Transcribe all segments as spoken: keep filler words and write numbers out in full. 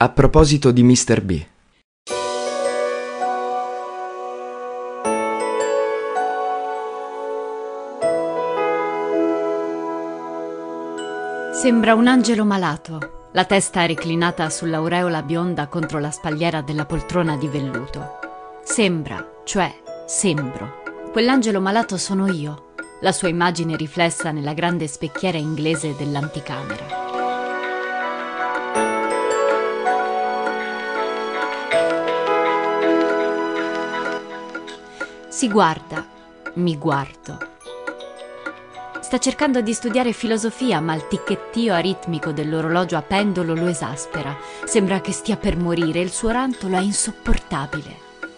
A proposito di mister B. Sembra un angelo malato, la testa reclinata sull'aureola bionda contro la spalliera della poltrona di velluto. Sembra, cioè sembro. Quell'angelo malato sono io, la sua immagine riflessa nella grande specchiera inglese dell'anticamera. Si guarda, mi guardo. Sta cercando di studiare filosofia, ma il ticchettio aritmico dell'orologio a pendolo lo esaspera. Sembra che stia per morire, il suo rantolo è insopportabile.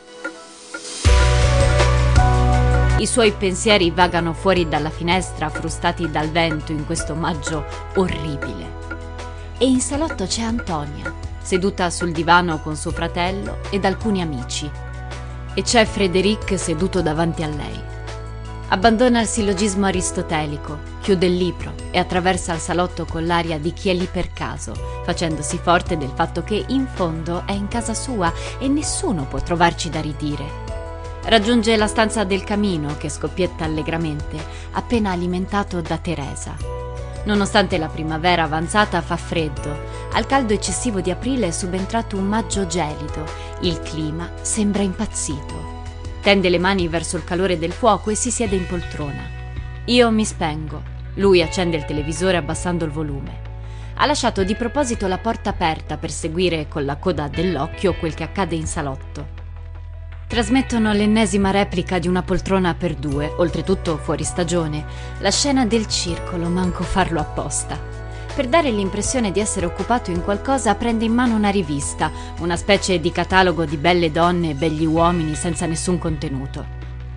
I suoi pensieri vagano fuori dalla finestra, frustati dal vento in questo maggio orribile. E in salotto c'è Antonia, seduta sul divano con suo fratello ed alcuni amici. E c'è Frédéric seduto davanti a lei. Abbandona il sillogismo aristotelico, chiude il libro e attraversa il salotto con l'aria di chi è lì per caso, facendosi forte del fatto che in fondo è in casa sua e nessuno può trovarci da ridire. Raggiunge la stanza del camino che scoppietta allegramente, appena alimentato da Teresa. Nonostante la primavera avanzata fa freddo, al caldo eccessivo di aprile è subentrato un maggio gelido, il clima sembra impazzito. Tende le mani verso il calore del fuoco e si siede in poltrona. Io mi spengo, lui accende il televisore abbassando il volume. Ha lasciato di proposito la porta aperta per seguire con la coda dell'occhio quel che accade in salotto. Trasmettono l'ennesima replica di Una poltrona per due, oltretutto fuori stagione, la scena del circolo, manco farlo apposta. Per dare l'impressione di essere occupato in qualcosa prende in mano una rivista, una specie di catalogo di belle donne e begli uomini senza nessun contenuto.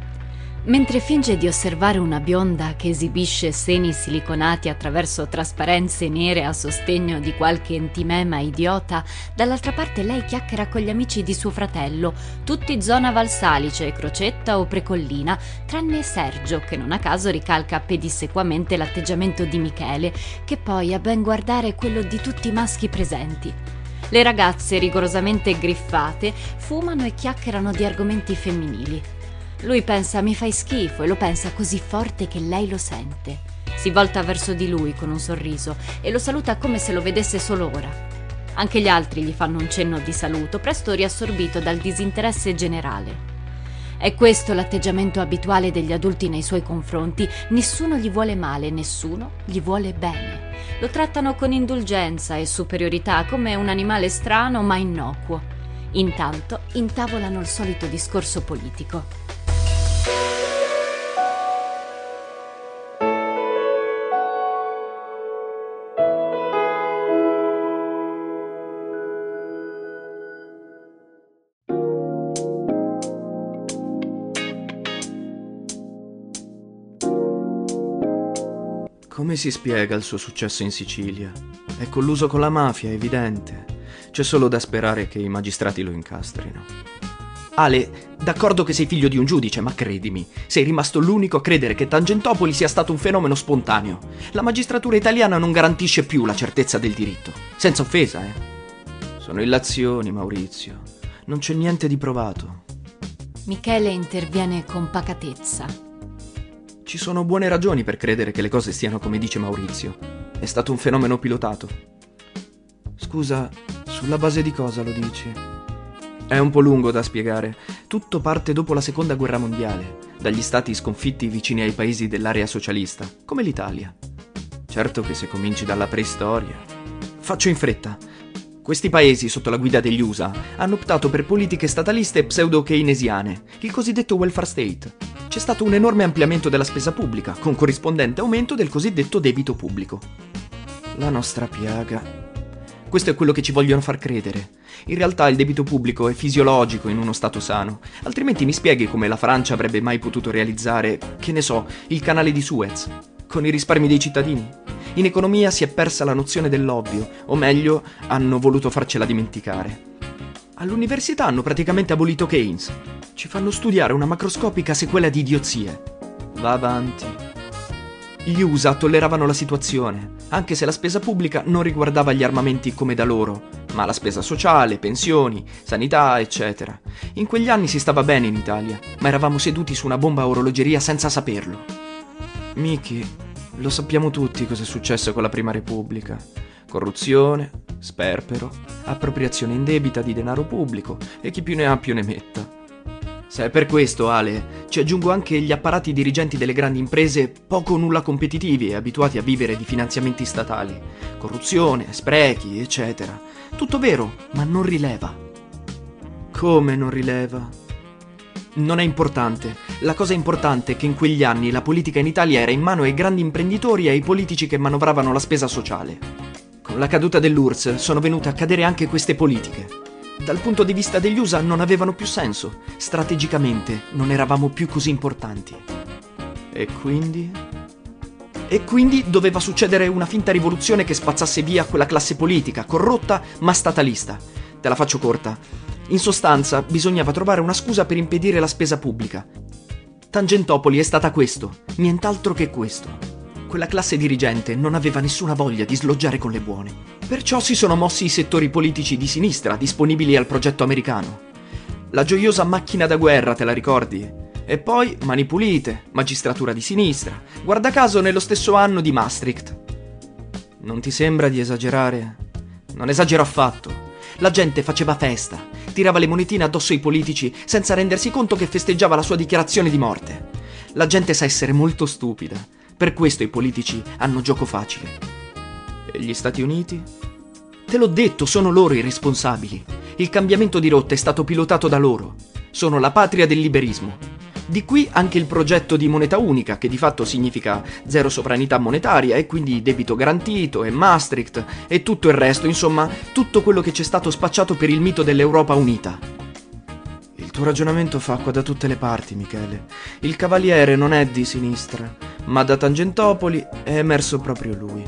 Mentre finge di osservare una bionda che esibisce seni siliconati attraverso trasparenze nere a sostegno di qualche entimema idiota, dall'altra parte lei chiacchiera con gli amici di suo fratello, tutti zona Valsalice, Crocetta o Precollina, tranne Sergio, che non a caso ricalca pedissequamente l'atteggiamento di Michele, che poi a ben guardare è quello di tutti i maschi presenti. Le ragazze, rigorosamente griffate, fumano e chiacchierano di argomenti femminili. Lui pensa mi fai schifo e lo pensa così forte che lei lo sente. Si volta verso di lui con un sorriso e lo saluta come se lo vedesse solo ora. Anche gli altri gli fanno un cenno di saluto, presto riassorbito dal disinteresse generale. È questo l'atteggiamento abituale degli adulti nei suoi confronti. Nessuno gli vuole male, nessuno gli vuole bene. Lo trattano con indulgenza e superiorità come un animale strano ma innocuo. Intanto intavolano il solito discorso politico. Come si spiega il suo successo in Sicilia? È colluso con la mafia, è evidente. C'è solo da sperare che i magistrati lo incastrino. Ale, d'accordo che sei figlio di un giudice, ma credimi, sei rimasto l'unico a credere che Tangentopoli sia stato un fenomeno spontaneo. La magistratura italiana non garantisce più la certezza del diritto. Senza offesa, eh. Sono illazioni, Maurizio. Non c'è niente di provato. Michele interviene con pacatezza. Ci sono buone ragioni per credere che le cose stiano come dice Maurizio. È stato un fenomeno pilotato. Scusa, sulla base di cosa lo dici? È un po' lungo da spiegare. Tutto parte dopo la seconda guerra mondiale, dagli stati sconfitti vicini ai paesi dell'area socialista, come l'Italia. Certo che se cominci dalla preistoria... Faccio in fretta. Questi paesi, sotto la guida degli U S A, hanno optato per politiche stataliste pseudo-keynesiane, il cosiddetto welfare state. C'è stato un enorme ampliamento della spesa pubblica, con corrispondente aumento del cosiddetto debito pubblico. La nostra piaga. Questo è quello che ci vogliono far credere. In realtà il debito pubblico è fisiologico in uno stato sano, altrimenti mi spieghi come la Francia avrebbe mai potuto realizzare, che ne so, il canale di Suez, con i risparmi dei cittadini? In economia si è persa la nozione dell'ovvio, o meglio, hanno voluto farcela dimenticare. All'università hanno praticamente abolito Keynes. Ci fanno studiare una macroscopica sequela di idiozie. Va avanti. Gli U S A tolleravano la situazione, anche se la spesa pubblica non riguardava gli armamenti come da loro, ma la spesa sociale, pensioni, sanità, eccetera. In quegli anni si stava bene in Italia, ma eravamo seduti su una bomba a orologeria senza saperlo. Miki, lo sappiamo tutti cosa è successo con la Prima Repubblica. Corruzione, sperpero, appropriazione indebita di denaro pubblico e chi più ne ha più ne metta. Se è per questo, Ale, ci aggiungo anche gli apparati dirigenti delle grandi imprese poco o nulla competitivi e abituati a vivere di finanziamenti statali. Corruzione, sprechi, eccetera. Tutto vero, ma non rileva. Come non rileva? Non è importante. La cosa importante è che in quegli anni la politica in Italia era in mano ai grandi imprenditori e ai politici che manovravano la spesa sociale. Con la caduta dell'U R S S sono venute a cadere anche queste politiche. Dal punto di vista degli U S A non avevano più senso. Strategicamente non eravamo più così importanti. E quindi? E quindi doveva succedere una finta rivoluzione che spazzasse via quella classe politica, corrotta ma statalista. Te la faccio corta. In sostanza, bisognava trovare una scusa per impedire la spesa pubblica. Tangentopoli è stata questo, nient'altro che questo. Quella classe dirigente non aveva nessuna voglia di sloggiare con le buone. Perciò si sono mossi i settori politici di sinistra disponibili al progetto americano. La gioiosa macchina da guerra, te la ricordi? E poi Mani Pulite, magistratura di sinistra, guarda caso nello stesso anno di Maastricht. Non ti sembra di esagerare? Non esagero affatto. La gente faceva festa, tirava le monetine addosso ai politici senza rendersi conto che festeggiava la sua dichiarazione di morte. La gente sa essere molto stupida, per questo i politici hanno gioco facile. E gli Stati Uniti? Te l'ho detto, sono loro i responsabili. Il cambiamento di rotta è stato pilotato da loro. Sono la patria del liberismo. Di qui anche il progetto di moneta unica, che di fatto significa zero sovranità monetaria e quindi debito garantito e Maastricht e tutto il resto, insomma, tutto quello che c'è stato spacciato per il mito dell'Europa unita. Il tuo ragionamento fa acqua da tutte le parti, Michele. Il Cavaliere non è di sinistra, ma da Tangentopoli è emerso proprio lui.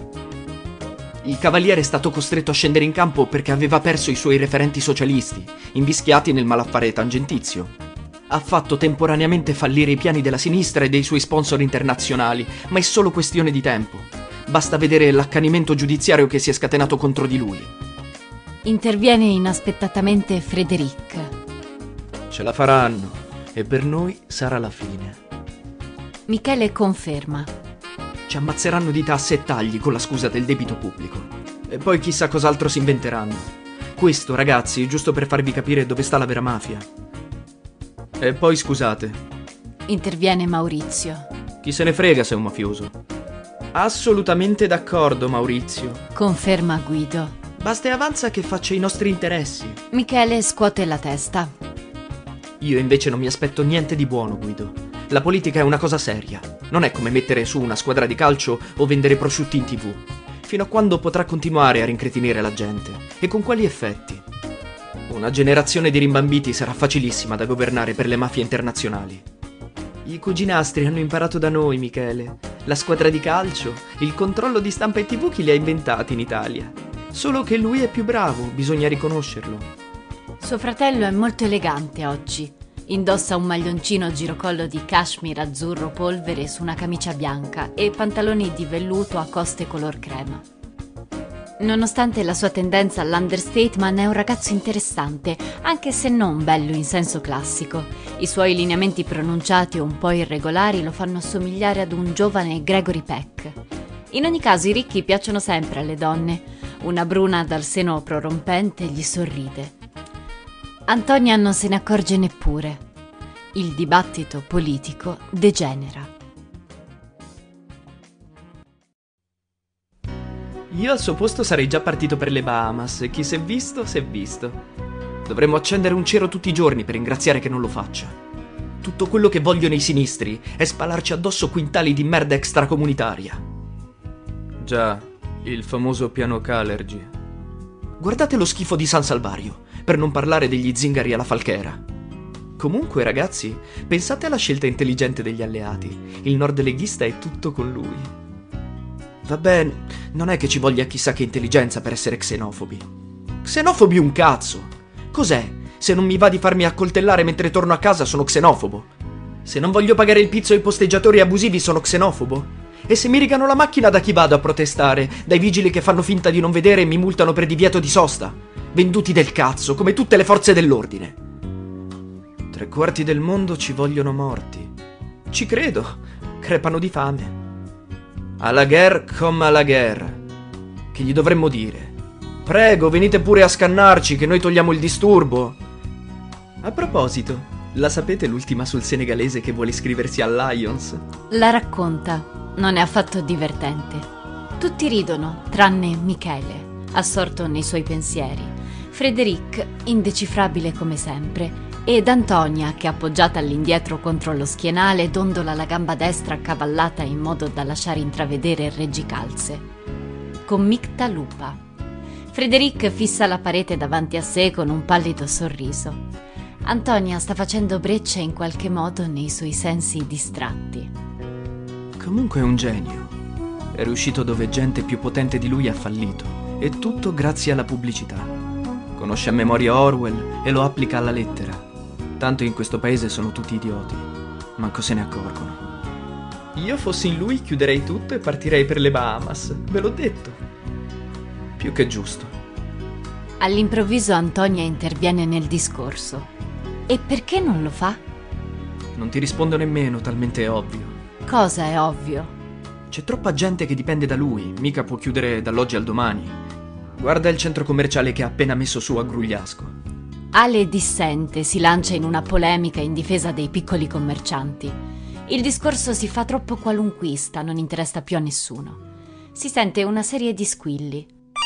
Il Cavaliere è stato costretto a scendere in campo perché aveva perso i suoi referenti socialisti, invischiati nel malaffare tangentizio. Ha fatto temporaneamente fallire i piani della sinistra e dei suoi sponsor internazionali, ma è solo questione di tempo. Basta vedere l'accanimento giudiziario che si è scatenato contro di lui. Interviene inaspettatamente Frédéric. Ce la faranno, e per noi sarà la fine. Michele conferma. Ci ammazzeranno di tasse e tagli con la scusa del debito pubblico. E poi chissà cos'altro si inventeranno. Questo, ragazzi, giusto per farvi capire dove sta la vera mafia. E poi scusate. Interviene Maurizio. Chi se ne frega se è un mafioso. Assolutamente d'accordo, Maurizio. Conferma Guido. Basta e avanza che faccia i nostri interessi. Michele scuote la testa. Io invece non mi aspetto niente di buono, Guido. La politica è una cosa seria. Non è come mettere su una squadra di calcio o vendere prosciutti in tv. Fino a quando potrà continuare a rincretinire la gente? E con quali effetti? Una generazione di rimbambiti sarà facilissima da governare per le mafie internazionali. I cuginastri hanno imparato da noi, Michele. La squadra di calcio, il controllo di stampa e tv chi li ha inventati in Italia. Solo che lui è più bravo, bisogna riconoscerlo. Suo fratello è molto elegante oggi. Indossa un maglioncino girocollo di cashmere azzurro polvere su una camicia bianca e pantaloni di velluto a coste color crema. Nonostante la sua tendenza all'understatement è un ragazzo interessante, anche se non bello in senso classico. I suoi lineamenti pronunciati un po' irregolari lo fanno assomigliare ad un giovane Gregory Peck. In ogni caso i ricchi piacciono sempre alle donne. Una bruna dal seno prorompente gli sorride. Antonia non se ne accorge neppure. Il dibattito politico degenera. Io al suo posto sarei già partito per le Bahamas e chi si è visto, si è visto. Dovremmo accendere un cero tutti i giorni per ringraziare che non lo faccia. Tutto quello che vogliono i sinistri è spalarci addosso quintali di merda extracomunitaria. Già, il famoso piano Calergi. Guardate lo schifo di San Salvario, per non parlare degli zingari alla Falchera. Comunque, ragazzi, pensate alla scelta intelligente degli alleati. Il nord leghista è tutto con lui. Va bene, non è che ci voglia chissà che intelligenza per essere xenofobi. Xenofobi un cazzo! Cos'è? Se non mi va di farmi accoltellare mentre torno a casa sono xenofobo? Se non voglio pagare il pizzo ai posteggiatori abusivi sono xenofobo? E se mi rigano la macchina da chi vado a protestare? Dai vigili che fanno finta di non vedere e mi multano per divieto di sosta? venduti del cazzo, come tutte le forze dell'ordine. Tre quarti del mondo ci vogliono morti. Ci credo, crepano di fame. Alla guerre come alla guerre. Che gli dovremmo dire? Prego, venite pure a scannarci, che noi togliamo il disturbo. A proposito, la sapete l'ultima sul senegalese che vuole iscriversi al Lions? La racconta, non è affatto divertente. Tutti ridono, tranne Michele, assorto nei suoi pensieri, Frédéric, indecifrabile come sempre, ed Antonia, che appoggiata all'indietro contro lo schienale dondola la gamba destra accavallata in modo da lasciare intravedere il reggicalze. Con micta lupa. Frédéric fissa la parete davanti a sé con un pallido sorriso. Antonia sta facendo breccia in qualche modo nei suoi sensi distratti. Comunque è un genio. È riuscito dove gente più potente di lui ha fallito. E tutto grazie alla pubblicità. Conosce a memoria Orwell e lo applica alla lettera. Tanto in questo paese sono tutti idioti. Manco se ne accorgono. Io fossi in lui chiuderei tutto e partirei per le Bahamas. Ve l'ho detto. Più che giusto. All'improvviso Antonia interviene nel discorso. E perché non lo fa? Non ti rispondo nemmeno, talmente è ovvio. Cosa è ovvio? C'è troppa gente che dipende da lui, mica può chiudere dall'oggi al domani. Guarda il centro commerciale che ha appena messo su a Grugliasco. Ale dissente, si lancia in una polemica in difesa dei piccoli commercianti. Il discorso si fa troppo qualunquista, non interessa più a nessuno. Si sente una serie di squilli.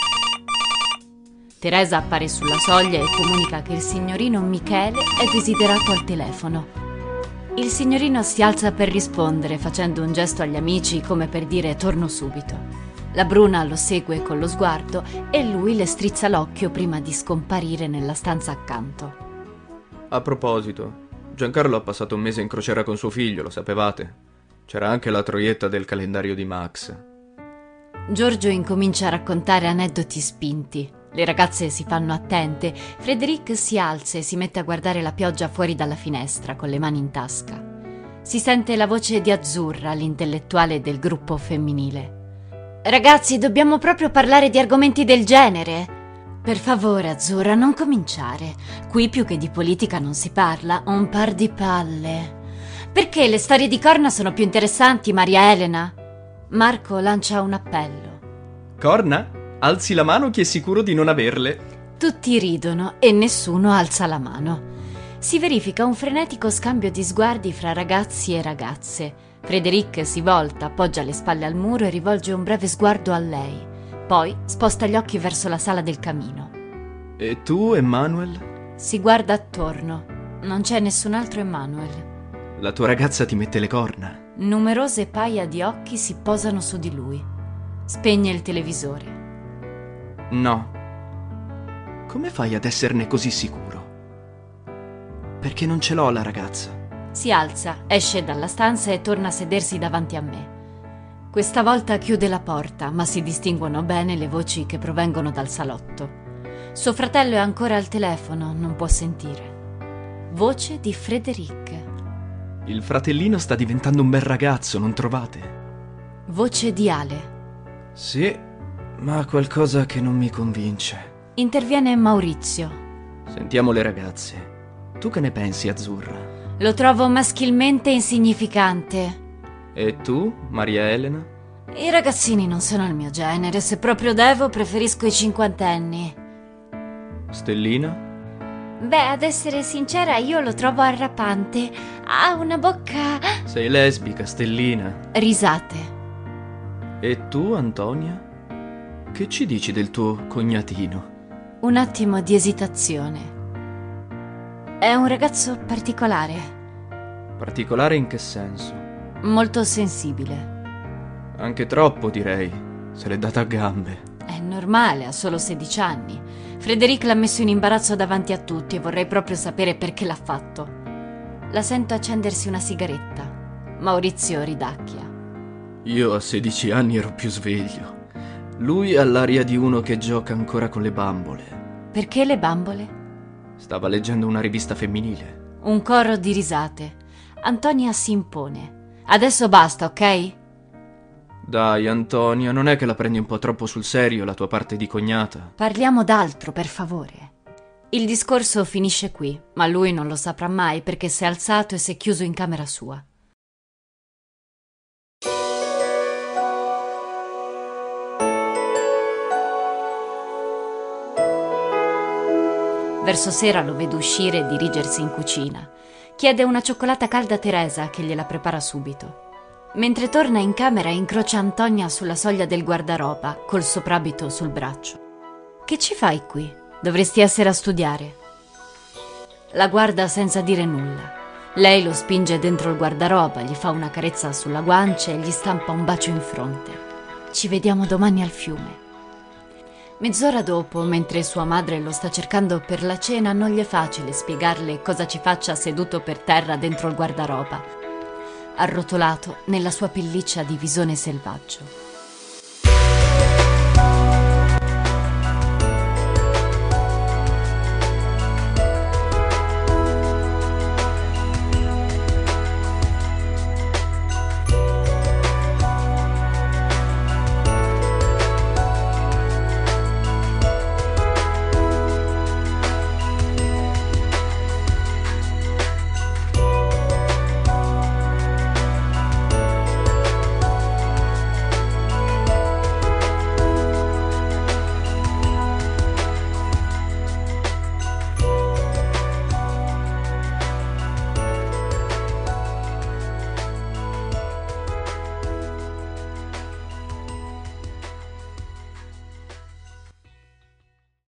Teresa appare sulla soglia e comunica che il signorino Michele è desiderato al telefono. Il signorino si alza per rispondere, facendo un gesto agli amici come per dire torno subito. La Bruna lo segue con lo sguardo e lui le strizza l'occhio prima di scomparire nella stanza accanto. A proposito, Giancarlo ha passato un mese in crociera con suo figlio, lo sapevate? C'era anche la troietta del calendario di Max. Giorgio incomincia a raccontare aneddoti spinti. Le ragazze si fanno attente. Frédéric si alza e si mette a guardare la pioggia fuori dalla finestra con le mani in tasca. Si sente la voce di Azzurra, l'intellettuale del gruppo femminile. Ragazzi, dobbiamo proprio parlare di argomenti del genere. Per favore, Azzurra, non cominciare. Qui più che di politica non si parla, un par di palle. Perché le storie di Corna sono più interessanti, Maria Elena? Marco lancia un appello. Corna? Alzi la mano chi è sicuro di non averle. Tutti ridono e nessuno alza la mano. Si verifica un frenetico scambio di sguardi fra ragazzi e ragazze. Frédéric si volta, appoggia le spalle al muro e rivolge un breve sguardo a lei. Poi sposta gli occhi verso la sala del camino. E tu, Emmanuel? Si guarda attorno. Non c'è nessun altro Emmanuel. La tua ragazza ti mette le corna. Numerose paia di occhi si posano su di lui. Spegne il televisore. No. Come fai ad esserne così sicuro? Perché non ce l'ho la ragazza. Si alza, esce dalla stanza e torna a sedersi davanti a me. Questa volta chiude la porta, ma si distinguono bene le voci che provengono dal salotto. Suo fratello è ancora al telefono, non può sentire. Voce di Frédéric. Il fratellino sta diventando un bel ragazzo, non trovate? Voce di Ale. Sì, ma qualcosa che non mi convince. Interviene Maurizio. Sentiamo le ragazze. Tu che ne pensi, Azzurra? Lo trovo maschilmente insignificante. E tu, Maria Elena? I ragazzini non sono il mio genere, se proprio devo preferisco i cinquantenni. Stellina? Beh, ad essere sincera, io lo trovo arrapante. Ha una bocca... Sei lesbica, Stellina. Risate. E tu, Antonia? Che ci dici del tuo cognatino? Un attimo di esitazione. È un ragazzo particolare. Particolare in che senso? Molto sensibile. Anche troppo, direi. Se l'è data a gambe. È normale, ha solo sedici anni. Frédéric l'ha messo in imbarazzo davanti a tutti e vorrei proprio sapere perché l'ha fatto. La sento accendersi una sigaretta. Maurizio ridacchia. Io a sedici anni ero più sveglio. Lui ha l'aria di uno che gioca ancora con le bambole. Perché le bambole? Stava leggendo una rivista femminile. Un coro di risate. Antonia si impone. Adesso basta, ok? Dai, Antonia, non è che la prendi un po' troppo sul serio la tua parte di cognata? Parliamo d'altro, per favore. Il discorso finisce qui, ma lui non lo saprà mai perché si è alzato e si è chiuso in camera sua. Verso sera lo vedo uscire e dirigersi in cucina. Chiede una cioccolata calda a Teresa che gliela prepara subito. Mentre torna in camera incrocia Antonia sulla soglia del guardaroba col soprabito sul braccio. Che ci fai qui? Dovresti essere a studiare. La guarda senza dire nulla. Lei lo spinge dentro il guardaroba, gli fa una carezza sulla guancia e gli stampa un bacio in fronte. Ci vediamo domani al fiume. Mezz'ora dopo, mentre sua madre lo sta cercando per la cena, non gli è facile spiegarle cosa ci faccia seduto per terra dentro il guardaroba, arrotolato nella sua pelliccia di visone selvaggio.